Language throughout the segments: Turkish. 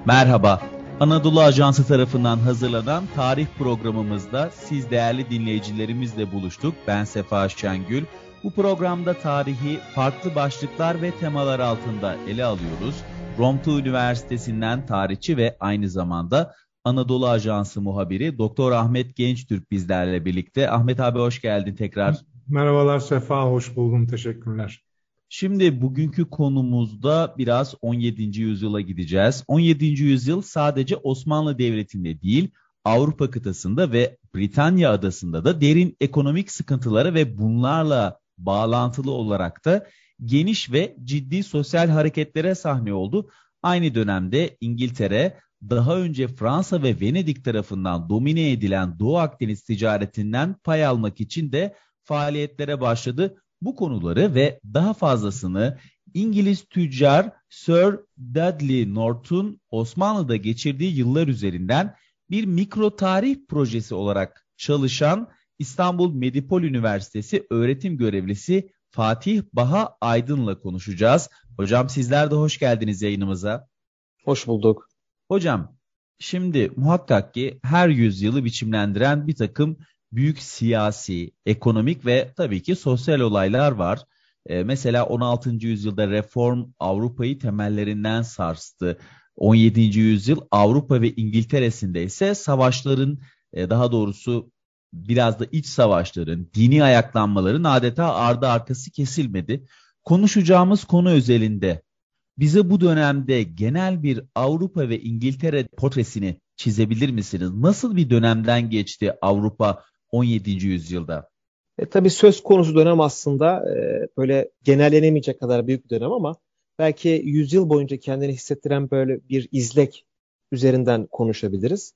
Merhaba, Anadolu Ajansı tarafından hazırlanan tarih programımızda siz değerli dinleyicilerimizle buluştuk. Ben Sefa Şengül. Bu programda tarihi farklı başlıklar ve temalar altında ele alıyoruz. ROMTU Üniversitesi'nden tarihçi ve aynı zamanda Anadolu Ajansı muhabiri Doktor Ahmet Gençtürk bizlerle birlikte. Ahmet abi hoş geldin tekrar. Merhabalar Sefa, hoş buldum. Teşekkürler. Şimdi bugünkü konumuzda biraz 17. yüzyıla gideceğiz. 17. yüzyıl sadece Osmanlı Devleti'nde değil, Avrupa kıtasında ve Britanya adasında da derin ekonomik sıkıntılara ve bunlarla bağlantılı olarak da geniş ve ciddi sosyal hareketlere sahne oldu. Aynı dönemde İngiltere, daha önce Fransa ve Venedik tarafından domine edilen Doğu Akdeniz ticaretinden pay almak için de faaliyetlere başladı. Bu konuları ve daha fazlasını İngiliz tüccar Sir Dudley North'un Osmanlı'da geçirdiği yıllar üzerinden bir mikro tarih projesi olarak çalışan İstanbul Medipol Üniversitesi öğretim görevlisi Fatih Baha Aydın'la konuşacağız. Hocam sizler de hoş geldiniz yayınımıza. Hoş bulduk. Hocam, şimdi muhakkak ki her yüzyılı biçimlendiren bir takım büyük siyasi, ekonomik ve tabii ki sosyal olaylar var. Mesela 16. yüzyılda reform Avrupa'yı temellerinden sarstı. 17. yüzyıl Avrupa ve İngiltere'sinde ise savaşların, daha doğrusu biraz da iç savaşların, dini ayaklanmaların adeta ardı arkası kesilmedi. Konuşacağımız konu özelinde bize bu dönemde genel bir Avrupa ve İngiltere portresini çizebilir misiniz? Nasıl bir dönemden geçti Avrupa 17. yüzyılda? Tabii söz konusu dönem aslında böyle genellenemeyecek kadar büyük bir dönem ama belki yüzyıl boyunca kendini hissettiren böyle bir izlek üzerinden konuşabiliriz.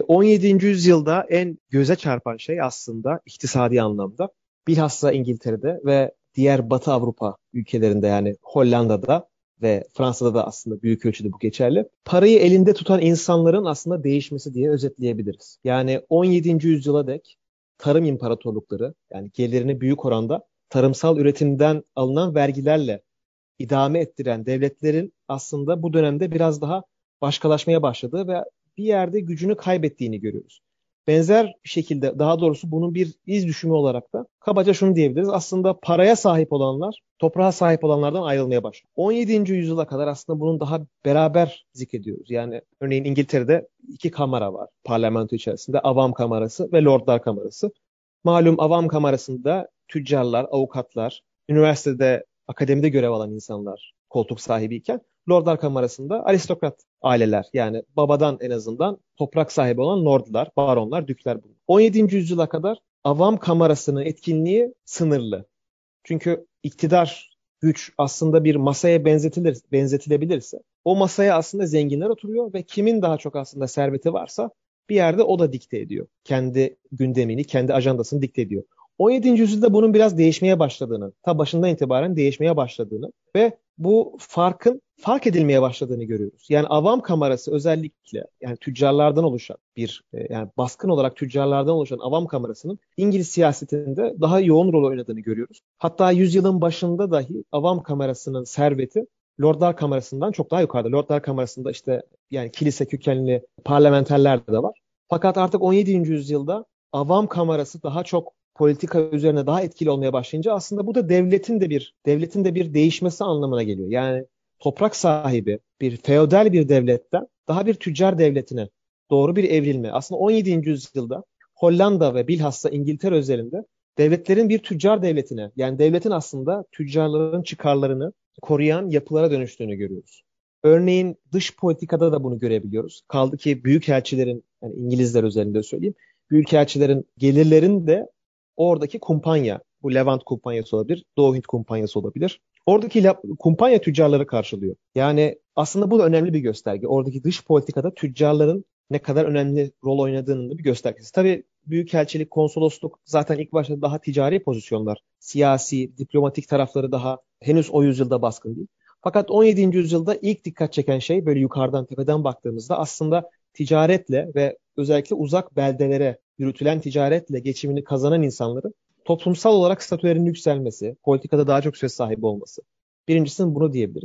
17. yüzyılda en göze çarpan şey aslında iktisadi anlamda bilhassa İngiltere'de ve diğer Batı Avrupa ülkelerinde yani Hollanda'da ve Fransa'da da aslında büyük ölçüde bu geçerli. Parayı elinde tutan insanların aslında değişmesi diye özetleyebiliriz. Yani 17. yüzyıla dek tarım imparatorlukları yani gelirini büyük oranda tarımsal üretimden alınan vergilerle idame ettiren devletlerin aslında bu dönemde biraz daha başkalaşmaya başladığı ve bir yerde gücünü kaybettiğini görüyoruz. Benzer bir şekilde daha doğrusu bunun bir iz düşümü olarak da kabaca şunu diyebiliriz. Aslında paraya sahip olanlar toprağa sahip olanlardan ayrılmaya başlıyor. 17. yüzyıla kadar aslında bunun daha beraber zikrediyoruz. Yani örneğin İngiltere'de iki kamera var parlamento içerisinde. Avam kamerası ve Lordlar kamerası. Malum Avam kamerasında tüccarlar, avukatlar, üniversitede, akademide görev alan insanlar koltuk sahibiyken Lordlar kamerasında aristokrat aileler yani babadan en azından toprak sahibi olan lordlar, baronlar, dükler bunlar. 17. yüzyıla kadar Avam kamerasının etkinliği sınırlı. Çünkü iktidar, güç aslında bir masaya benzetilebilirse o masaya aslında zenginler oturuyor ve kimin daha çok aslında serveti varsa bir yerde o da dikte ediyor. Kendi gündemini, kendi ajandasını dikte ediyor. 17. yüzyılda bunun biraz değişmeye başladığını, ta başından itibaren değişmeye başladığını ve bu farkın fark edilmeye başladığını görüyoruz. Yani avam kamerası özellikle yani tüccarlardan oluşan bir yani baskın olarak tüccarlardan oluşan avam kamerasının İngiliz siyasetinde daha yoğun rol oynadığını görüyoruz. Hatta yüzyılın başında dahi avam kamerasının serveti Lordlar kamerasından çok daha yukarıda. Lordlar kamerasında işte yani kilise kökenli parlamenterler de var. Fakat artık 17. yüzyılda avam kamerası daha çok politika üzerine daha etkili olmaya başlayınca aslında bu da devletin de bir değişmesi anlamına geliyor. Yani toprak sahibi bir feodal bir devletten daha bir tüccar devletine doğru bir evrilme. Aslında 17. yüzyılda Hollanda ve bilhassa İngiltere özelinde devletlerin bir tüccar devletine yani devletin aslında tüccarların çıkarlarını koruyan yapılara dönüştüğünü görüyoruz. Örneğin dış politikada da bunu görebiliyoruz. Kaldı ki büyükelçilerin yani İngilizler özelinde söyleyeyim. Büyükelçilerin gelirlerini de oradaki kumpanya, bu Levant kumpanyası olabilir, Doğu Hint kumpanyası olabilir. Oradaki kumpanya tüccarları karşılıyor. Yani aslında bu da önemli bir gösterge. Oradaki dış politikada tüccarların ne kadar önemli rol oynadığının da bir göstergesi. Tabii büyükelçilik, konsolosluk zaten ilk başta daha ticari pozisyonlar. Siyasi, diplomatik tarafları daha henüz o yüzyılda baskın değil. Fakat 17. yüzyılda ilk dikkat çeken şey böyle yukarıdan tepeden baktığımızda aslında ticaretle ve özellikle uzak beldelere yürütülen ticaretle geçimini kazanan insanların toplumsal olarak statülerinin yükselmesi, politikada daha çok söz sahibi olması. Birincisi bunu diyebiliriz.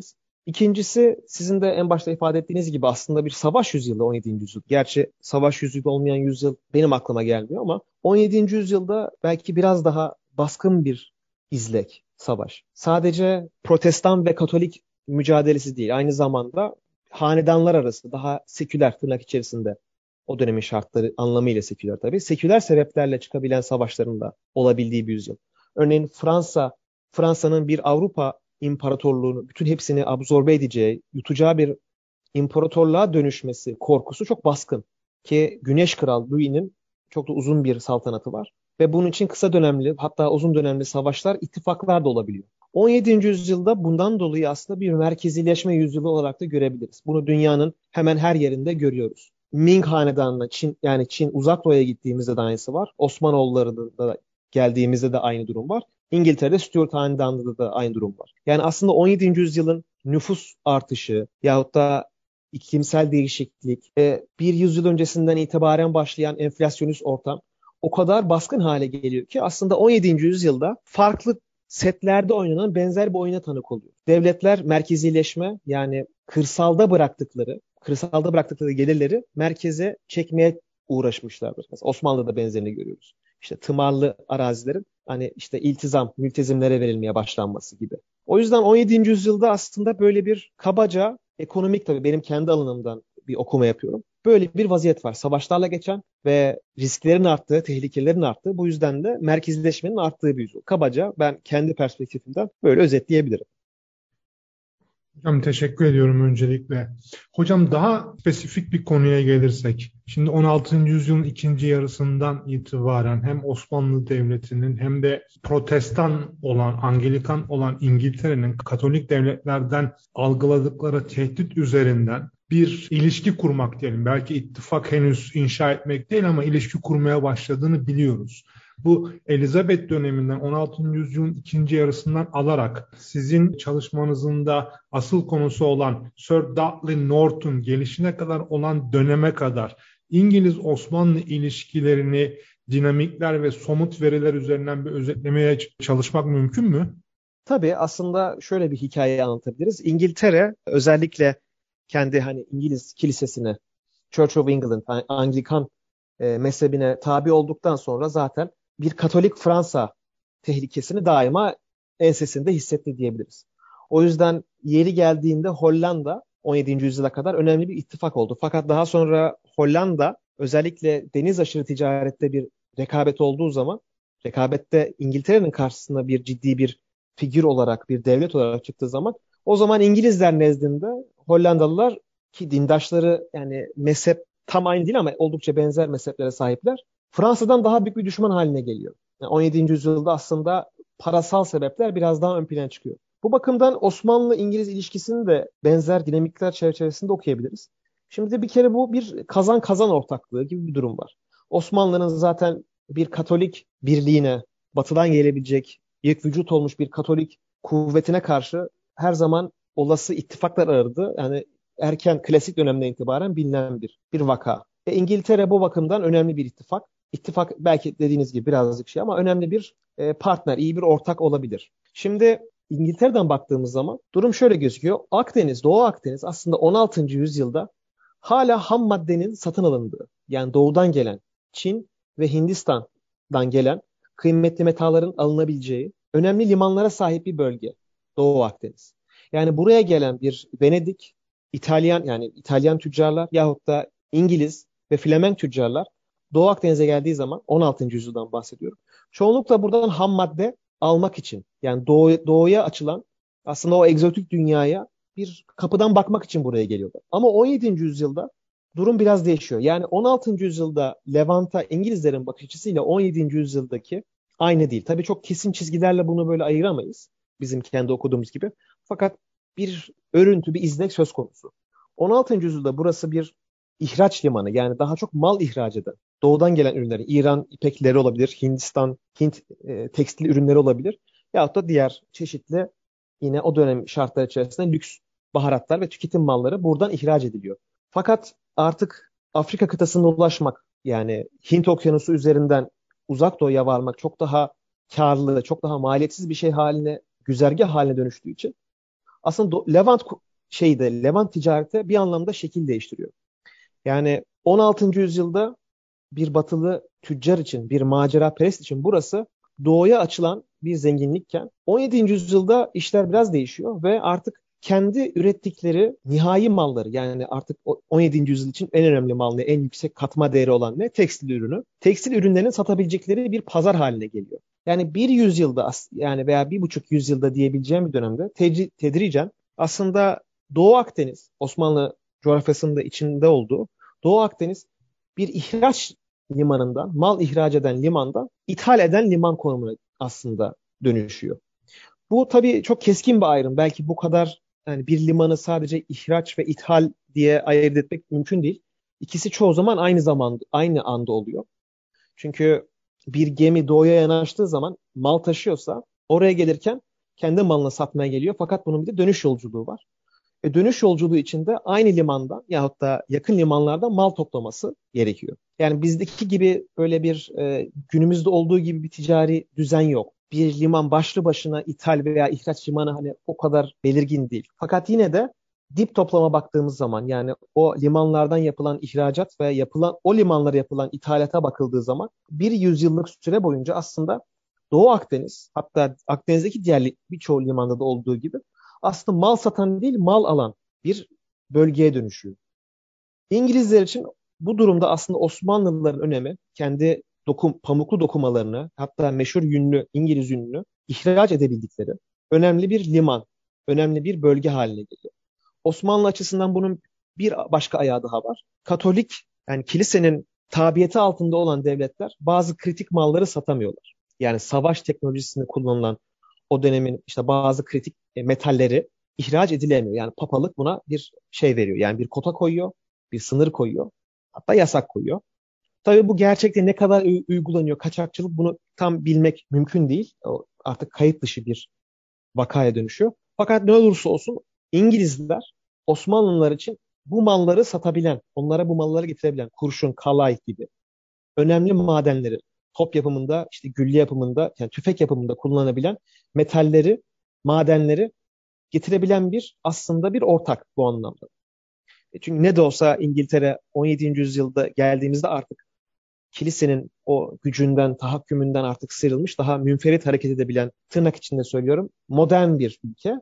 İkincisi sizin de en başta ifade ettiğiniz gibi aslında bir savaş yüzyılı 17. yüzyıl. Gerçi savaş yüzyılı olmayan yüzyıl benim aklıma gelmiyor ama 17. yüzyılda belki biraz daha baskın bir izlek savaş. Sadece Protestan ve Katolik mücadelesi değil, aynı zamanda hanedanlar arası daha seküler tırnak içerisinde o dönemin şartları anlamıyla seküler tabii. Seküler sebeplerle çıkabilen savaşların da olabildiği bir yüzyıl. Örneğin Fransa'nın bir Avrupa imparatorluğunu, bütün hepsini absorbe edeceği, yutacağı bir imparatorluğa dönüşmesi korkusu çok baskın. Ki Güneş Kral Louis'nin çok da uzun bir saltanatı var. Ve bunun için kısa dönemli, hatta uzun dönemli savaşlar, ittifaklar da olabiliyor. 17. yüzyılda bundan dolayı aslında bir merkezileşme yüzyılı olarak da görebiliriz. Bunu dünyanın hemen her yerinde görüyoruz. Ming Hanedanı'na, Çin uzak doğuya gittiğimizde de aynısı var. Osmanoğulları'na da geldiğimizde de aynı durum var. İngiltere'de Stuart Hanedanı'nda da aynı durum var. Yani aslında 17. yüzyılın nüfus artışı yahut da iklimsel değişiklik ve bir yüzyıl öncesinden itibaren başlayan enflasyonist ortam o kadar baskın hale geliyor ki aslında 17. yüzyılda farklı setlerde oynanan benzer bir oyuna tanık oluyor. Devletler merkezileşme, yani kırsalda bıraktıkları gelirleri merkeze çekmeye uğraşmışlardır. Mesela Osmanlı'da benzerini görüyoruz. İşte tımarlı arazilerin hani işte mültezimlere verilmeye başlanması gibi. O yüzden 17. yüzyılda aslında böyle bir kabaca ekonomik, tabii benim kendi alanımdan bir okuma yapıyorum. Böyle bir vaziyet var. Savaşlarla geçen ve risklerin arttığı, tehlikelerin arttığı, bu yüzden de merkezleşmenin arttığı bir yüzyıl. Kabaca ben kendi perspektifimden böyle özetleyebilirim. Hocam teşekkür ediyorum öncelikle. Hocam daha spesifik bir konuya gelirsek, şimdi 16. yüzyılın ikinci yarısından itibaren hem Osmanlı Devleti'nin hem de Protestan olan, Anglikan olan İngiltere'nin Katolik devletlerden algıladıkları tehdit üzerinden bir ilişki kurmak diyelim. Belki ittifak henüz inşa etmek değil ama ilişki kurmaya başladığını biliyoruz. Bu Elizabeth döneminden 16. yüzyılın ikinci yarısından alarak sizin çalışmanızın da asıl konusu olan Sir Dudley North'un gelişine kadar olan döneme kadar İngiliz-Osmanlı ilişkilerini dinamikler ve somut veriler üzerinden bir özetlemeye çalışmak mümkün mü? Tabii aslında şöyle bir hikaye anlatabiliriz. İngiltere özellikle kendi hani İngiliz kilisesine, Church of England, Anglikan mezhebine tabi olduktan sonra zaten bir Katolik Fransa tehlikesini daima ensesinde hissetti diyebiliriz. O yüzden yeri geldiğinde Hollanda 17. yüzyıla kadar önemli bir ittifak oldu. Fakat daha sonra Hollanda özellikle deniz aşırı ticarette bir rekabet olduğu zaman, rekabette İngiltere'nin karşısında bir ciddi bir figür olarak, bir devlet olarak çıktığı zaman, o zaman İngilizler nezdinde Hollandalılar, ki dindaşları yani mezhep tam aynı değil ama oldukça benzer mezheplere sahipler, Fransa'dan daha büyük bir düşman haline geliyor. Yani 17. yüzyılda aslında parasal sebepler biraz daha ön plana çıkıyor. Bu bakımdan Osmanlı-İngiliz ilişkisini de benzer dinamikler çerçevesinde okuyabiliriz. Şimdi bir kere bu bir kazan kazan ortaklığı gibi bir durum var. Osmanlı'nın zaten bir Katolik birliğine, batıdan gelebilecek ilk vücut olmuş bir Katolik kuvvetine karşı her zaman olası ittifaklar aradı. Yani erken klasik dönemden itibaren bilinen bir vaka. İngiltere bu bakımdan önemli bir ittifak. İttifak belki dediğiniz gibi birazcık şey ama önemli bir partner, iyi bir ortak olabilir. Şimdi İngiltere'den baktığımız zaman durum şöyle gözüküyor. Doğu Akdeniz aslında 16. yüzyılda hala ham maddenin satın alındığı, yani doğudan gelen, Çin ve Hindistan'dan gelen kıymetli metalların alınabileceği önemli limanlara sahip bir bölge Doğu Akdeniz. Yani buraya gelen bir Venedik, İtalyan tüccarlar yahut da İngiliz ve Flemenk tüccarlar Doğu Akdeniz'e geldiği zaman 16. yüzyıldan bahsediyorum. Çoğunlukla buradan ham madde almak için, yani doğuya açılan aslında o egzotik dünyaya bir kapıdan bakmak için buraya geliyorlar. Ama 17. yüzyılda durum biraz değişiyor. Yani 16. yüzyılda Levant'a İngilizlerin bakış açısıyla 17. yüzyıldaki aynı değil. Tabii çok kesin çizgilerle bunu böyle ayıramayız. Bizim kendi okuduğumuz gibi. Fakat bir örüntü, bir izlek söz konusu. 16. yüzyılda burası bir ihraç limanı, yani daha çok mal ihraç eden, doğudan gelen ürünleri, İran ipekleri olabilir, Hint tekstil ürünleri olabilir. Yahut da diğer çeşitli yine o dönem şartları içerisinde lüks baharatlar ve tüketim malları buradan ihraç ediliyor. Fakat artık Afrika kıtasına ulaşmak, yani Hint Okyanusu üzerinden uzak doğuya varmak çok daha karlı, çok daha maliyetsiz bir şey güzergah haline dönüştüğü için aslında Levant Levant ticareti bir anlamda şekil değiştiriyor. Yani 16. yüzyılda bir batılı tüccar için, bir macera perest için burası doğuya açılan bir zenginlikken 17. yüzyılda işler biraz değişiyor ve artık kendi ürettikleri nihai malları, yani artık 17. yüzyıl için en önemli mal ne, en yüksek katma değeri olan ne? Tekstil ürünü. Tekstil ürünlerini satabilecekleri bir pazar haline geliyor. Yani bir yüzyılda yani veya 1,5 yüzyılda diyebileceğim bir dönemde tedricen aslında Doğu Akdeniz, Osmanlı coğrafyasında içinde olduğu Doğu Akdeniz bir ihraç limanından, mal ihraç eden limandan ithal eden liman konumuna aslında dönüşüyor. Bu tabii çok keskin bir ayrım. Belki bu kadar, yani bir limanı sadece ihraç ve ithal diye ayırt etmek mümkün değil. İkisi çoğu zaman aynı anda oluyor. Çünkü bir gemi doğuya yanaştığı zaman mal taşıyorsa oraya gelirken kendi malını satmaya geliyor. Fakat bunun bir de dönüş yolculuğu var. Dönüş yolculuğu içinde aynı limandan yahut da yakın limanlardan mal toplaması gerekiyor. Yani bizdeki gibi böyle bir günümüzde olduğu gibi bir ticari düzen yok. Bir liman başlı başına ithal veya ihraç limanı hani o kadar belirgin değil. Fakat yine de dip toplama baktığımız zaman, yani o limanlardan yapılan ihracat ve o limanlara yapılan ithalata bakıldığı zaman bir yüzyıllık süre boyunca aslında Doğu Akdeniz, hatta Akdeniz'deki diğer birçoğu limanda da olduğu gibi aslında mal satan değil, mal alan bir bölgeye dönüşüyor. İngilizler için bu durumda aslında Osmanlılıların önemi, kendi pamuklu dokumalarını, hatta meşhur İngiliz yününü ihraç edebildikleri önemli bir liman, önemli bir bölge haline geliyor. Osmanlı açısından bunun bir başka ayağı daha var. Katolik, yani kilisenin tabiyeti altında olan devletler bazı kritik malları satamıyorlar. Yani savaş teknolojisinde kullanılan o dönemin işte bazı kritik metalleri ihraç edilemiyor. Yani papalık buna bir veriyor. Yani bir kota koyuyor, bir sınır koyuyor, hatta yasak koyuyor. Tabii bu gerçekte ne kadar uygulanıyor, kaçakçılık, bunu tam bilmek mümkün değil. O artık kayıt dışı bir vakaya dönüşüyor. Fakat ne olursa olsun İngilizler Osmanlılar için bu malları satabilen, onlara bu malları getirebilen, kurşun, kalay gibi önemli madenleri, top yapımında, işte gülle yapımında, yani tüfek yapımında kullanabilen metalleri, madenleri getirebilen aslında bir ortak bu anlamda. Çünkü ne de olsa İngiltere 17. yüzyılda geldiğimizde artık kilisenin o gücünden, tahakkümünden artık sıyrılmış, daha münferit hareket edebilen, tırnak içinde söylüyorum, modern bir ülke.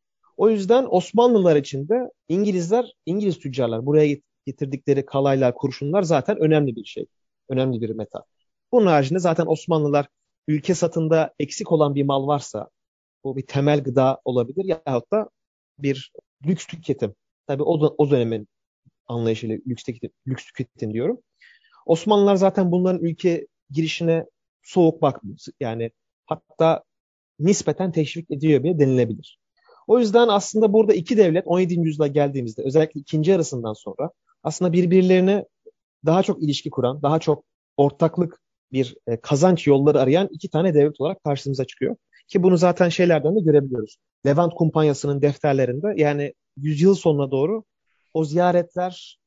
O yüzden Osmanlılar için de İngiliz tüccarlar buraya getirdikleri kalaylar, kurşunlar zaten önemli bir şey. Önemli bir metal. Bunun haricinde zaten Osmanlılar ülke satında eksik olan bir mal varsa, bu bir temel gıda olabilir yahut da bir lüks tüketim. Tabii o dönemin anlayışıyla lüks tüketim diyorum. Osmanlılar zaten bunların ülke girişine soğuk bakmıyor. Yani hatta nispeten teşvik ediyor bile denilebilir. O yüzden aslında burada iki devlet 17. yüzyıla geldiğimizde, özellikle ikinci yarısından sonra aslında birbirlerine daha çok ilişki kuran, daha çok ortaklık bir kazanç yolları arayan iki tane devlet olarak karşımıza çıkıyor. Ki bunu zaten şeylerden de görebiliyoruz. Levant Kumpanyası'nın defterlerinde, yani yüzyıl sonuna doğru o ziyaretler,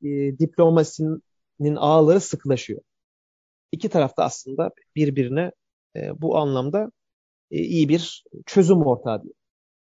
diplomasinin ağları sıkılaşıyor. İki taraf da aslında birbirine bu anlamda iyi bir çözüm ortağı diyor.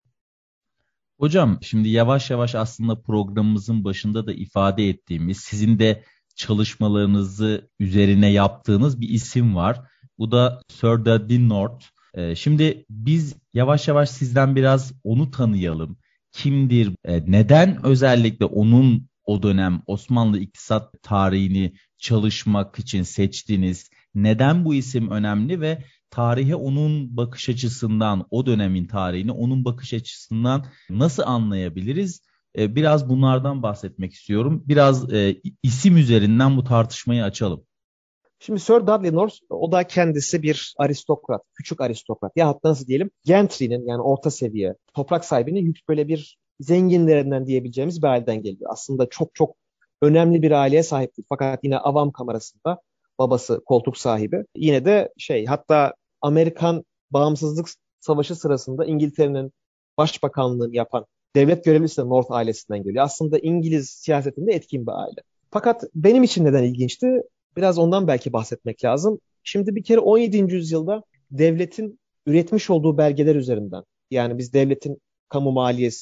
Hocam şimdi yavaş yavaş aslında programımızın başında da ifade ettiğimiz, sizin de çalışmalarınızı üzerine yaptığınız bir isim var. Bu da Sir Dudley North. Şimdi biz yavaş yavaş sizden biraz onu tanıyalım. Kimdir? Neden özellikle onun o dönem Osmanlı iktisat tarihini çalışmak için seçtiniz? Neden bu isim önemli ve tarihe onun bakış açısından, o dönemin tarihini onun bakış açısından nasıl anlayabiliriz? Biraz bunlardan bahsetmek istiyorum. Biraz isim üzerinden bu tartışmayı açalım. Şimdi Sir Dudley North, o da kendisi bir aristokrat, küçük aristokrat. Ya hatta nasıl diyelim, gentry'nin, yani orta seviye, toprak sahibinin böyle bir zenginlerinden diyebileceğimiz bir aileden geliyor. Aslında çok çok önemli bir aileye sahip değil. Fakat yine avam kamerasında babası koltuk sahibi. Yine de hatta Amerikan Bağımsızlık Savaşı sırasında İngiltere'nin başbakanlığını yapan devlet görevlisi de North ailesinden geliyor. Aslında İngiliz siyasetinde etkin bir aile. Fakat benim için neden ilginçti? Biraz ondan belki bahsetmek lazım. Şimdi bir kere 17. yüzyılda devletin üretmiş olduğu belgeler üzerinden, yani biz devletin kamu maliyesi,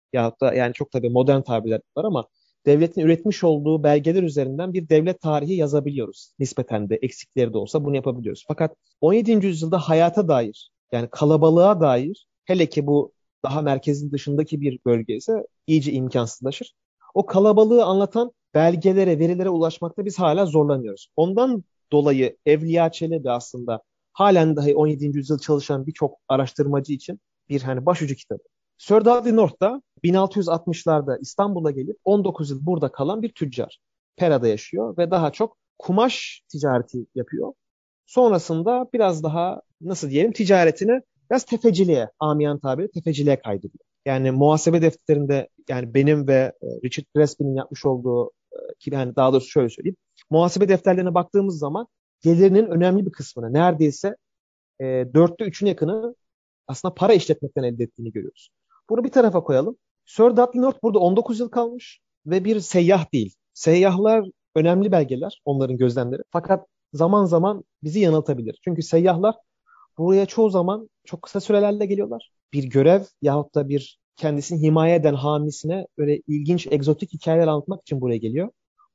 yahut da yani çok tabii modern tabirler var ama devletin üretmiş olduğu belgeler üzerinden bir devlet tarihi yazabiliyoruz. Nispeten de eksikleri de olsa bunu yapabiliyoruz. Fakat 17. yüzyılda hayata dair yani kalabalığa dair hele ki bu daha merkezin dışındaki bir bölge ise iyice imkansızlaşır. O kalabalığı anlatan belgelere, verilere ulaşmakta biz hala zorlanıyoruz. Ondan dolayı Evliya Çelebi aslında halen dahi 17. yüzyıl çalışan birçok araştırmacı için bir hani başucu kitabı. Sir Dudley North da 1660'larda İstanbul'a gelip 19 yıl burada kalan bir tüccar. Pera'da yaşıyor ve daha çok kumaş ticareti yapıyor. Sonrasında biraz daha nasıl diyelim ticaretini biraz tefeciliğe, amiyan tabiri tefeciliğe kaydırıyor. Yani muhasebe defterinde yani benim ve Richard Gillespie'nin yapmış olduğu ki yani daha doğrusu şöyle söyleyeyim. Muhasebe defterlerine baktığımız zaman gelirinin önemli bir kısmını neredeyse dörtte üçüne yakını aslında para işletmekten elde ettiğini görüyoruz. Bunu bir tarafa koyalım. Sir Dudley North burada 19 yıl kalmış ve bir seyyah değil. Seyyahlar önemli belgeler, onların gözlemleri. Fakat zaman zaman bizi yanıltabilir. Çünkü seyyahlar buraya çoğu zaman çok kısa sürelerle geliyorlar. Bir görev yahut da bir kendisini himaye eden hamisine böyle ilginç, egzotik hikayeler anlatmak için buraya geliyor.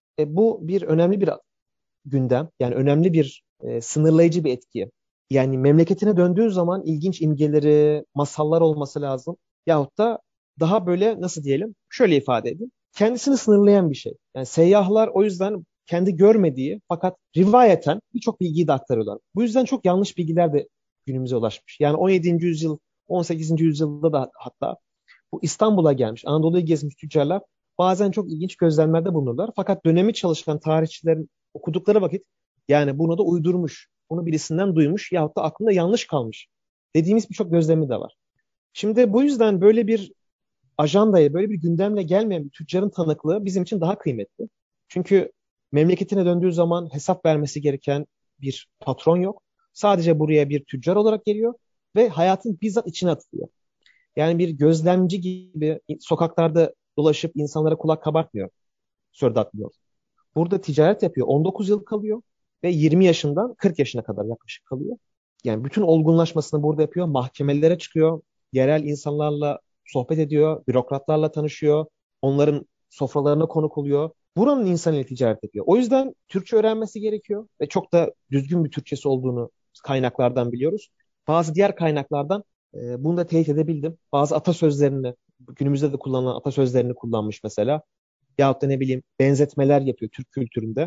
Bu bir önemli bir gündem. Yani önemli bir sınırlayıcı bir etki. Yani memleketine döndüğü zaman ilginç imgeleri, masallar olması lazım. Yahut da daha böyle nasıl diyelim, şöyle ifade edeyim. Kendisini sınırlayan bir şey. Yani seyyahlar o yüzden kendi görmediği fakat rivayeten birçok bilgiyi de aktarıyorlar. Bu yüzden çok yanlış bilgiler de günümüze ulaşmış. Yani 17. yüzyıl, 18. yüzyılda da hatta bu İstanbul'a gelmiş, Anadolu'yu gezmiş tüccarlar bazen çok ilginç gözlemlerde bulunurlar. Fakat dönemi çalışan tarihçilerin okudukları vakit yani bunu da uydurmuş, bunu birisinden duymuş yahut da aklında yanlış kalmış dediğimiz birçok gözlemi de var. Şimdi bu yüzden böyle bir ajandaya, böyle bir gündemle gelmeyen bir tüccarın tanıklığı bizim için daha kıymetli. Çünkü memleketine döndüğü zaman hesap vermesi gereken bir patron yok. Sadece buraya bir tüccar olarak geliyor ve hayatın bizzat içine atılıyor. Yani bir gözlemci gibi sokaklarda dolaşıp insanlara kulak kabartmıyor. Sir Dudley North. Burada ticaret yapıyor. 19 yıl kalıyor ve 20 yaşından 40 yaşına kadar yaklaşık kalıyor. Yani bütün olgunlaşmasını burada yapıyor. Mahkemelere çıkıyor. Yerel insanlarla sohbet ediyor. Bürokratlarla tanışıyor. Onların sofralarına konuk oluyor. Buranın insanıyla ticaret yapıyor. O yüzden Türkçe öğrenmesi gerekiyor ve çok da düzgün bir Türkçesi olduğunu kaynaklardan biliyoruz. Bazı diğer kaynaklardan bunu da teyit edebildim. Bazı atasözlerini, günümüzde de kullanılan atasözlerini kullanmış mesela. Yahut da ne bileyim benzetmeler yapıyor Türk kültüründe.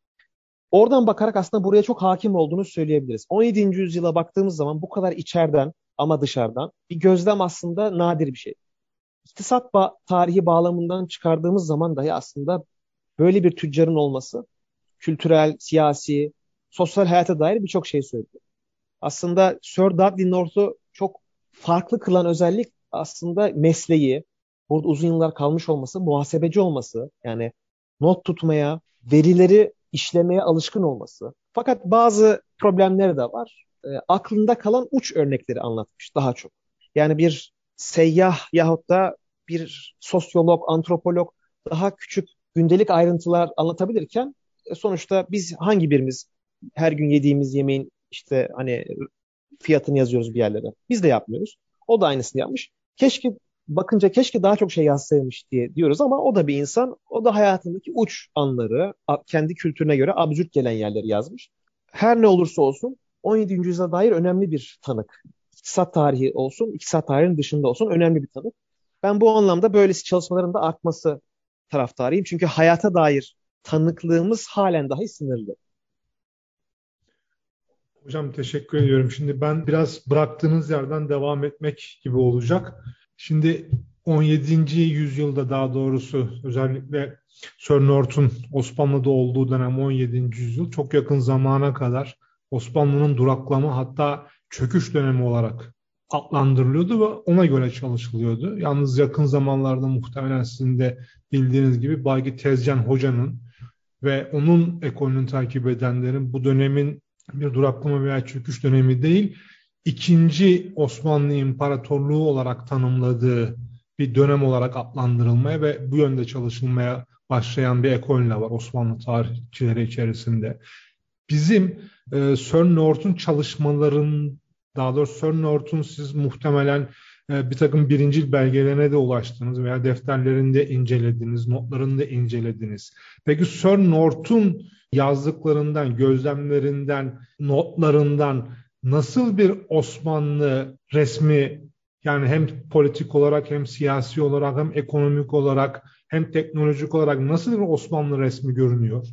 Oradan bakarak aslında buraya çok hakim olduğunu söyleyebiliriz. 17. yüzyıla baktığımız zaman bu kadar içeriden ama dışarıdan bir gözlem aslında nadir bir şey. İktisat tarihi bağlamından çıkardığımız zaman dahi aslında böyle bir tüccarın olması kültürel, siyasi, sosyal hayata dair birçok şey söylüyor. Aslında Sir Dudley North'u çok farklı kılan özellik aslında mesleği, burada uzun yıllar kalmış olması, muhasebeci olması, yani not tutmaya, verileri işlemeye alışkın olması. Fakat bazı problemleri de var. Aklında kalan uç örnekleri anlatmış daha çok. Yani bir seyyah yahut da bir sosyolog, antropolog daha küçük gündelik ayrıntılar anlatabilirken sonuçta biz hangi birimiz her gün yediğimiz yemeğin işte hani fiyatını yazıyoruz bir yerlere. Biz de yapmıyoruz. O da aynısını yapmış. Keşke daha çok şey yazsaymış diye diyoruz ama o da bir insan. O da hayatındaki uç anları, kendi kültürüne göre absürt gelen yerleri yazmış. Her ne olursa olsun 17. yüzyıla dair önemli bir tanık. İktisat tarihi olsun, iktisat tarihinin dışında olsun önemli bir tanık. Ben bu anlamda böylesi çalışmaların da artması taraftarıyım. Çünkü hayata dair tanıklığımız halen dahi sınırlı. Hocam teşekkür ediyorum. Şimdi ben biraz bıraktığınız yerden devam etmek gibi olacak. Şimdi 17. yüzyılda daha doğrusu özellikle Sir North'un Osmanlı'da olduğu dönem 17. yüzyıl çok yakın zamana kadar Osmanlı'nın duraklama hatta çöküş dönemi olarak adlandırılıyordu ve ona göre çalışılıyordu. Yalnız yakın zamanlarda muhtemelen sizin de bildiğiniz gibi Baygı Tezcan Hoca'nın ve onun ekolünü takip edenlerin bu dönemin bir duraklama veya çöküş dönemi değil, ikinci Osmanlı İmparatorluğu olarak tanımladığı bir dönem olarak adlandırılmaya ve bu yönde çalışılmaya başlayan bir ekolle var Osmanlı tarihçileri içerisinde. Bizim Sir North'un çalışmaların, daha doğrusu Sir North'un siz muhtemelen Bir takım birincil belgelerine de ulaştınız veya defterlerini de incelediniz, notlarını da incelediniz. Peki Sir North'un yazdıklarından, gözlemlerinden, notlarından nasıl bir Osmanlı resmi, yani hem politik olarak hem siyasi olarak hem ekonomik olarak hem teknolojik olarak nasıl bir Osmanlı resmi görünüyor?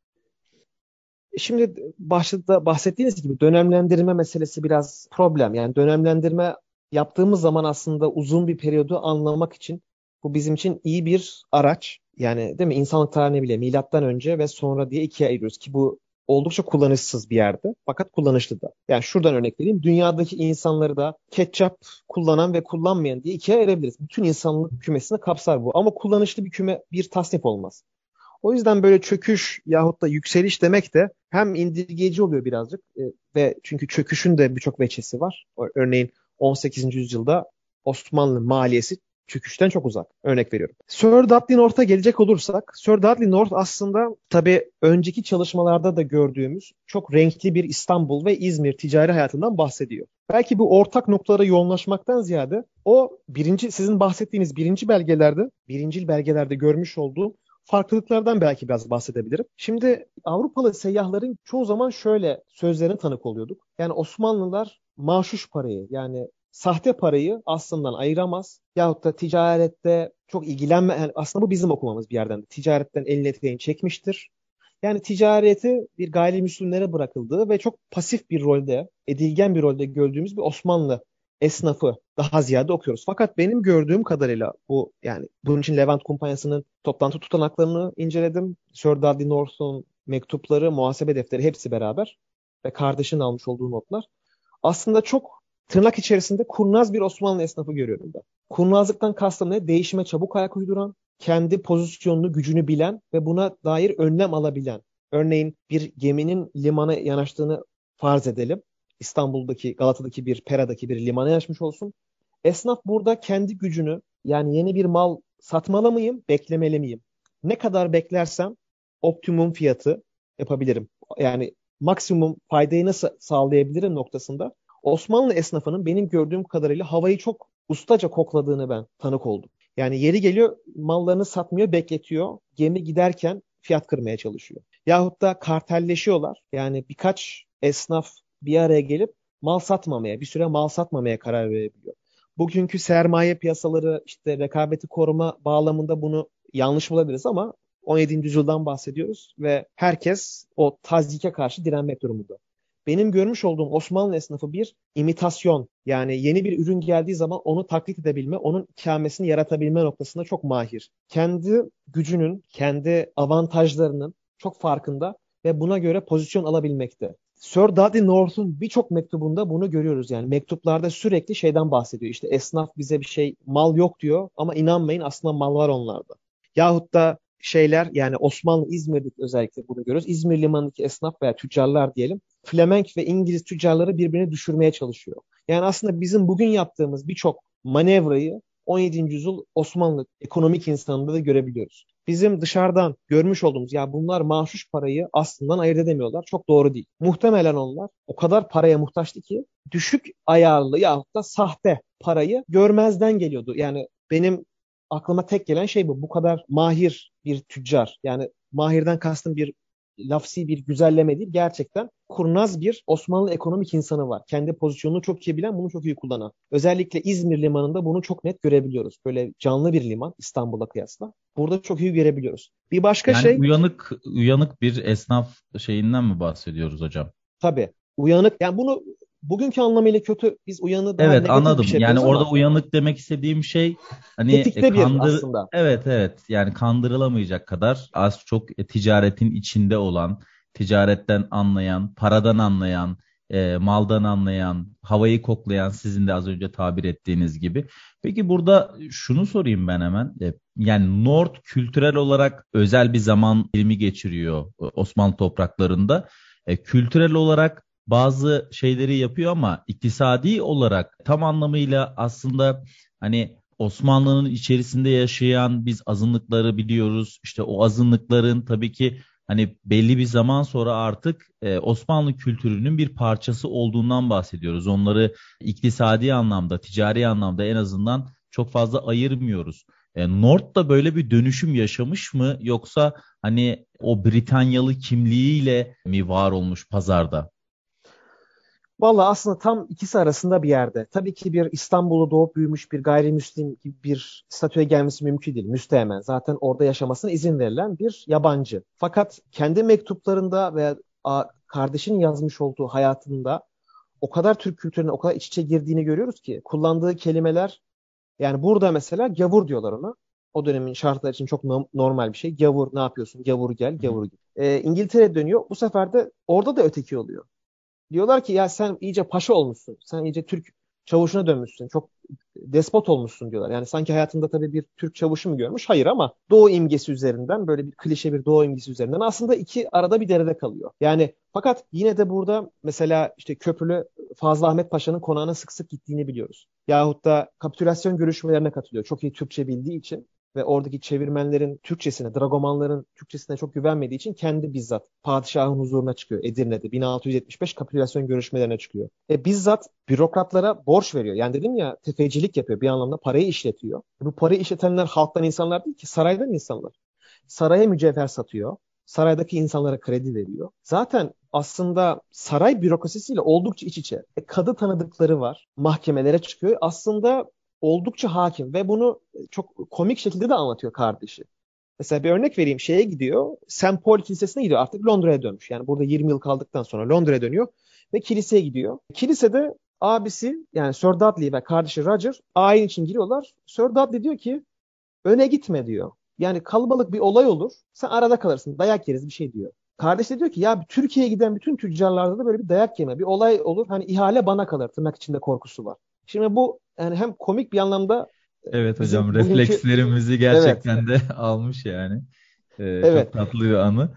Şimdi başta bahsettiğiniz gibi dönemlendirme meselesi biraz problem. Yani dönemlendirme yaptığımız zaman aslında uzun bir periyodu anlamak için bu bizim için iyi bir araç. Yani değil mi? İnsanlık tarihine bile milattan önce ve sonra diye ikiye ayırıyoruz ki bu oldukça kullanışsız bir yerde fakat kullanışlı da. Yani şuradan örnek vereyim. Dünyadaki insanları da ketçap kullanan ve kullanmayan diye ikiye ayırabiliriz. Bütün insanlık kümesini kapsar bu. Ama kullanışlı bir küme bir tasnif olmaz. O yüzden böyle çöküş yahut da yükseliş demek de hem indirgeyici oluyor birazcık ve çünkü çöküşün de birçok veçesi var. Örneğin 18. yüzyılda Osmanlı maliyesi çöküşten çok uzak. Örnek veriyorum. Sir Dudley North'a gelecek olursak, Sir Dudley North aslında tabii önceki çalışmalarda da gördüğümüz çok renkli bir İstanbul ve İzmir ticari hayatından bahsediyor. Belki bu ortak noktalara yoğunlaşmaktan ziyade o sizin bahsettiğiniz birincil belgelerde görmüş olduğum farklılıklardan belki biraz bahsedebilirim. Şimdi Avrupalı seyyahların çoğu zaman şöyle sözlerine tanık oluyorduk. Yani Osmanlılar maşuş parayı yani sahte parayı aslından ayıramaz. Yahut da ticarette çok ilgilenme. Yani aslında bu bizim okumamız bir yerden de. Ticaretten elini eteğini çekmiştir. Yani ticareti bir gayrimüslimlere bırakıldığı ve çok pasif bir rolde, edilgen bir rolde gördüğümüz bir Osmanlı esnafı daha ziyade okuyoruz. Fakat benim gördüğüm kadarıyla yani bunun için Levent Kumpanyası'nın toplantı tutanaklarını inceledim. Sir Dudley North'un mektupları, muhasebe defteri hepsi beraber ve kardeşinin almış olduğu notlar. Aslında çok tırnak içerisinde kurnaz bir Osmanlı esnafı görüyorum ben. Kurnazlıktan kastım ne? Değişime çabuk ayak uyduran, kendi pozisyonunu, gücünü bilen ve buna dair önlem alabilen. Örneğin bir geminin limana yanaştığını farz edelim. İstanbul'daki, Galata'daki Pera'daki bir limana yanaşmış olsun. Esnaf burada kendi gücünü, yani yeni bir mal satmalı mıyım, beklemeli miyim? Ne kadar beklersem optimum fiyatı yapabilirim. Yani maksimum faydayı nasıl sağlayabilirim noktasında Osmanlı esnafının benim gördüğüm kadarıyla havayı çok ustaca kokladığını ben tanık oldum. Yani yeri geliyor mallarını satmıyor, bekletiyor. Gemi giderken fiyat kırmaya çalışıyor. Yahut da kartelleşiyorlar. Yani birkaç esnaf bir araya gelip bir süre mal satmamaya karar verebiliyor. Bugünkü sermaye piyasaları işte rekabeti koruma bağlamında bunu yanlış bulabiliriz ama 17. yüzyıldan bahsediyoruz ve herkes o tazyike karşı direnmek durumunda. Benim görmüş olduğum Osmanlı esnafı bir imitasyon, yani yeni bir ürün geldiği zaman onu taklit edebilme, onun ikamesini yaratabilme noktasında çok mahir. Kendi gücünün, kendi avantajlarının çok farkında ve buna göre pozisyon alabilmekte. Sir Dudley North'un birçok mektubunda bunu görüyoruz. Yani mektuplarda sürekli şeyden bahsediyor. İşte esnaf bize mal yok diyor ama inanmayın aslında mal var onlarda. Yahut da yani Osmanlı İzmir'deki özellikle bunu görüyoruz. İzmir limanındaki esnaf veya tüccarlar diyelim. Flemenk ve İngiliz tüccarları birbirine düşürmeye çalışıyor. Yani aslında bizim bugün yaptığımız birçok manevrayı 17. yüzyıl Osmanlı ekonomik insanında da görebiliyoruz. Bizim dışarıdan görmüş olduğumuz bunlar mahşuş parayı aslından ayırt edemiyorlar. Çok doğru değil. Muhtemelen onlar o kadar paraya muhtaçtı ki düşük ayarlı yahut da sahte parayı görmezden geliyordu. Yani benim aklıma tek gelen şey bu. Bu kadar mahir bir tüccar. Yani mahirden kastım bir lafsi bir güzelleme değil. Gerçekten kurnaz bir Osmanlı ekonomik insanı var. Kendi pozisyonunu çok iyi bilen, bunu çok iyi kullanan. Özellikle İzmir limanında bunu çok net görebiliyoruz. Böyle canlı bir liman İstanbul'a kıyasla. Burada çok iyi görebiliyoruz. Bir başka Yani şey uyanık bir esnaf şeyinden mi bahsediyoruz hocam? tabii uyanık. Yani bunu bugünkü anlamıyla kötü, biz uyanığı daha Evet, negatif bir anladım. şey Yani yapıyoruz orada ama uyanık demek istediğim şey hani tetikte bir aslında. evet, evet, yani kandırılamayacak kadar az çok ticaretin içinde olan, ticaretten anlayan, paradan anlayan, maldan anlayan, havayı koklayan, sizin de az önce tabir ettiğiniz gibi. Peki burada şunu sorayım ben hemen. Yani Nord kültürel olarak özel bir zaman dilimi geçiriyor Osmanlı topraklarında. Kültürel olarak bazı şeyleri yapıyor ama iktisadi olarak tam anlamıyla aslında hani Osmanlı'nın içerisinde yaşayan biz azınlıkları biliyoruz. İşte o azınlıkların tabii ki hani belli bir zaman sonra artık Osmanlı kültürünün bir parçası olduğundan bahsediyoruz. Onları iktisadi anlamda, ticari anlamda en azından çok fazla ayırmıyoruz. Nord da böyle bir dönüşüm yaşamış mı, yoksa hani o Britanyalı kimliğiyle mi var olmuş pazarda? Valla aslında tam ikisi arasında bir yerde. Tabii ki bir İstanbul'da doğup büyümüş bir gayrimüslim gibi bir statüye gelmesi mümkün değil. Müsteğmen. Zaten orada yaşamasına izin verilen bir yabancı. Fakat kendi mektuplarında veya kardeşinin yazmış olduğu hayatında o kadar Türk kültürüne o kadar iç içe girdiğini görüyoruz ki kullandığı kelimeler, yani burada mesela gavur diyorlar ona. O dönemin şartları için çok normal bir şey. Gavur ne yapıyorsun? Gavur gel, Hı hı. gavur git. İngiltere dönüyor. Bu sefer de orada da öteki oluyor. Diyorlar ki ya sen iyice paşa olmuşsun. Sen iyice Türk çavuşuna dönmüşsün. Çok despot olmuşsun diyorlar. Yani sanki hayatında tabii bir Türk çavuşu mu görmüş? Hayır, ama Doğu imgesi üzerinden, böyle bir klişe bir Doğu imgesi üzerinden aslında iki arada bir derede kalıyor. Yani fakat yine de burada mesela işte Köprülü Fazıl Ahmet Paşa'nın konağına sık sık gittiğini biliyoruz. Yahut da kapitülasyon görüşmelerine katılıyor. Çok iyi Türkçe bildiği için ve oradaki çevirmenlerin Türkçesine, dragomanların Türkçesine çok güvenmediği için kendi bizzat padişahın huzuruna çıkıyor Edirne'de. 1675 kapitülasyon görüşmelerine çıkıyor. Bizzat bürokratlara borç veriyor. Yani dedim ya, tefecilik yapıyor. Bir anlamda parayı işletiyor. Bu parayı işletenler halktan insanlar değil ki, saraydan insanlar. Saraya mücevher satıyor. Saraydaki insanlara kredi veriyor. Zaten aslında saray bürokrasisiyle oldukça iç içe. Kadı tanıdıkları var. Mahkemelere çıkıyor. Aslında oldukça hakim ve bunu çok komik şekilde de anlatıyor kardeşi. Mesela bir örnek vereyim. Şeye gidiyor. St. Paul Kilisesi'ne gidiyor. Artık Londra'ya dönmüş. Yani burada 20 yıl kaldıktan sonra Londra'ya dönüyor ve kiliseye gidiyor. Kilisede abisi, yani Sir Dudley ve kardeşi Roger ayin için giriyorlar. Sir Dudley diyor ki öne gitme diyor. Yani kalabalık bir olay olur. Sen arada kalırsın. Dayak yeriz bir şey diyor. Kardeş de diyor ki ya Türkiye'ye giden bütün tüccarlarda da böyle bir dayak yeme. Bir olay olur. Hani ihale bana kalır. Tırnak içinde korkusu var. Şimdi bu yani hem komik bir anlamda Evet bizim hocam, bugünkü, reflekslerimizi evet, gerçekten de almış yani. Çok evet, tatlı bir anı.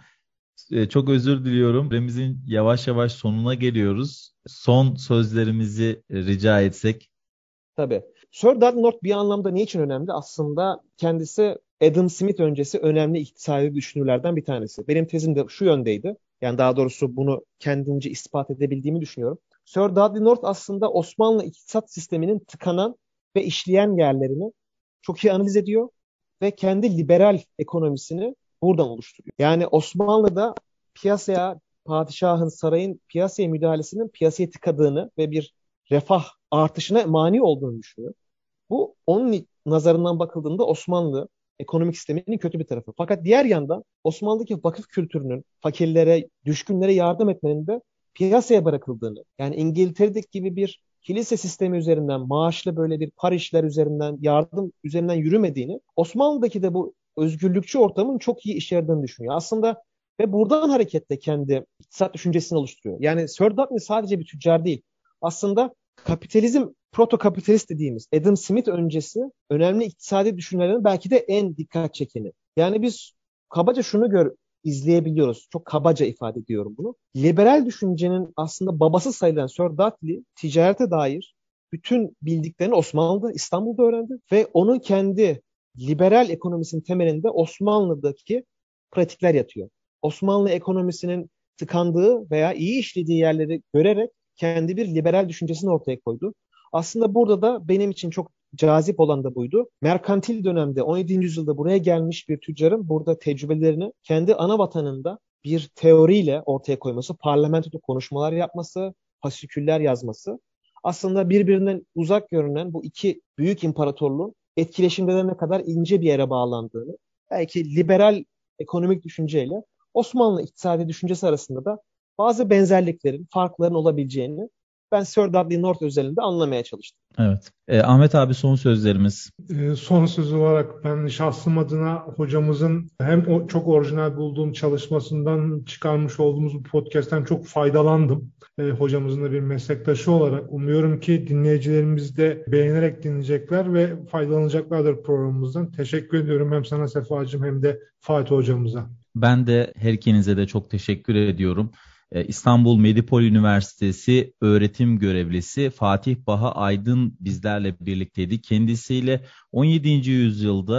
Çok özür diliyorum. Remizin yavaş yavaş sonuna geliyoruz. Son sözlerimizi rica etsek. tabii. Sir Dudley North bir anlamda niçin önemli? Aslında kendisi Adam Smith öncesi önemli iktisadi düşünürlerden bir tanesi. Benim tezim de şu yöndeydi. Yani daha doğrusu bunu kendimce ispat edebildiğimi düşünüyorum. Sir Dudley North aslında Osmanlı iktisat sisteminin tıkanan ve işleyen yerlerini çok iyi analiz ediyor ve kendi liberal ekonomisini buradan oluşturuyor. Yani Osmanlı'da piyasaya, padişahın, sarayın piyasaya müdahalesinin piyasayı tıkadığını ve bir refah artışına mani olduğunu düşünüyor. Bu onun nazarından bakıldığında Osmanlı ekonomik sisteminin kötü bir tarafı. Fakat diğer yandan Osmanlı'daki vakıf kültürünün fakirlere, düşkünlere yardım etmenin de piyasaya bırakıldığını, yani İngiltere'deki gibi bir kilise sistemi üzerinden, maaşlı böyle bir par işler üzerinden, yardım üzerinden yürümediğini, Osmanlı'daki de bu özgürlükçü ortamın çok iyi işe yaradığını düşünüyor. Aslında ve buradan hareketle kendi iktisat düşüncesini oluşturuyor. Yani Sir Dudley sadece bir tüccar değil. Aslında kapitalizm, proto kapitalist dediğimiz Adam Smith öncesi önemli iktisadi düşünürlerin belki de en dikkat çekeni. Yani biz kabaca şunu izleyebiliyoruz. Çok kabaca ifade ediyorum bunu. Liberal düşüncenin aslında babası sayılan Sir Dudley ticarete dair bütün bildiklerini Osmanlı'da, İstanbul'da öğrendi ve onun kendi liberal ekonomisinin temelinde Osmanlı'daki pratikler yatıyor. Osmanlı ekonomisinin tıkandığı veya iyi işlediği yerleri görerek kendi bir liberal düşüncesini ortaya koydu. Aslında burada da benim için çok cazip olan da buydu. Merkantil dönemde 17. yüzyılda buraya gelmiş bir tüccarın burada tecrübelerini kendi ana vatanında bir teoriyle ortaya koyması, parlamentoda konuşmalar yapması, fasiküller yazması. Aslında birbirinden uzak görünen bu iki büyük imparatorluğun etkileşimlerine ne kadar ince bir yere bağlandığını, belki liberal ekonomik düşünceyle Osmanlı iktisadi düşüncesi arasında da bazı benzerliklerin, farkların olabileceğini ben Sir Dudley North özelinde anlamaya çalıştım. Evet. Ahmet abi, son sözlerimiz. Son söz olarak ben şahsım adına hocamızın hem çok orijinal bulduğum çalışmasından çıkarmış olduğumuz bu podcast'ten çok faydalandım. Hocamızın da bir meslektaşı olarak umuyorum ki dinleyicilerimiz de beğenerek dinleyecekler ve faydalanacaklardır programımızdan. Teşekkür ediyorum hem sana Sefacığım hem de Fatih hocamıza. Ben de her ikinize de çok teşekkür ediyorum. İstanbul Medipol Üniversitesi öğretim görevlisi Fatih Baha Aydın bizlerle birlikteydi. Kendisiyle 17. yüzyılda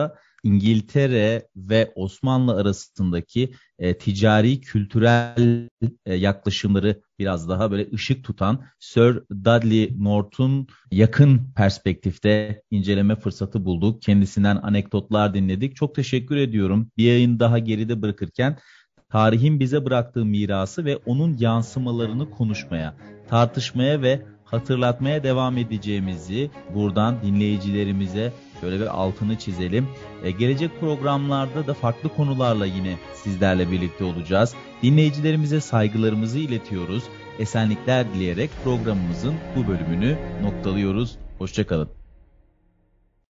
İngiltere ve Osmanlı arasındaki ticari, kültürel yaklaşımları biraz daha böyle ışık tutan Sir Dudley North'un yakın perspektifte inceleme fırsatı bulduk. Kendisinden anekdotlar dinledik. Çok teşekkür ediyorum. Bir yayın daha geride bırakırken tarihin bize bıraktığı mirası ve onun yansımalarını konuşmaya, tartışmaya ve hatırlatmaya devam edeceğimizi buradan dinleyicilerimize şöyle bir altını çizelim. Gelecek programlarda da farklı konularla yine sizlerle birlikte olacağız. Dinleyicilerimize saygılarımızı iletiyoruz. Esenlikler dileyerek programımızın bu bölümünü noktalıyoruz. Hoşça kalın.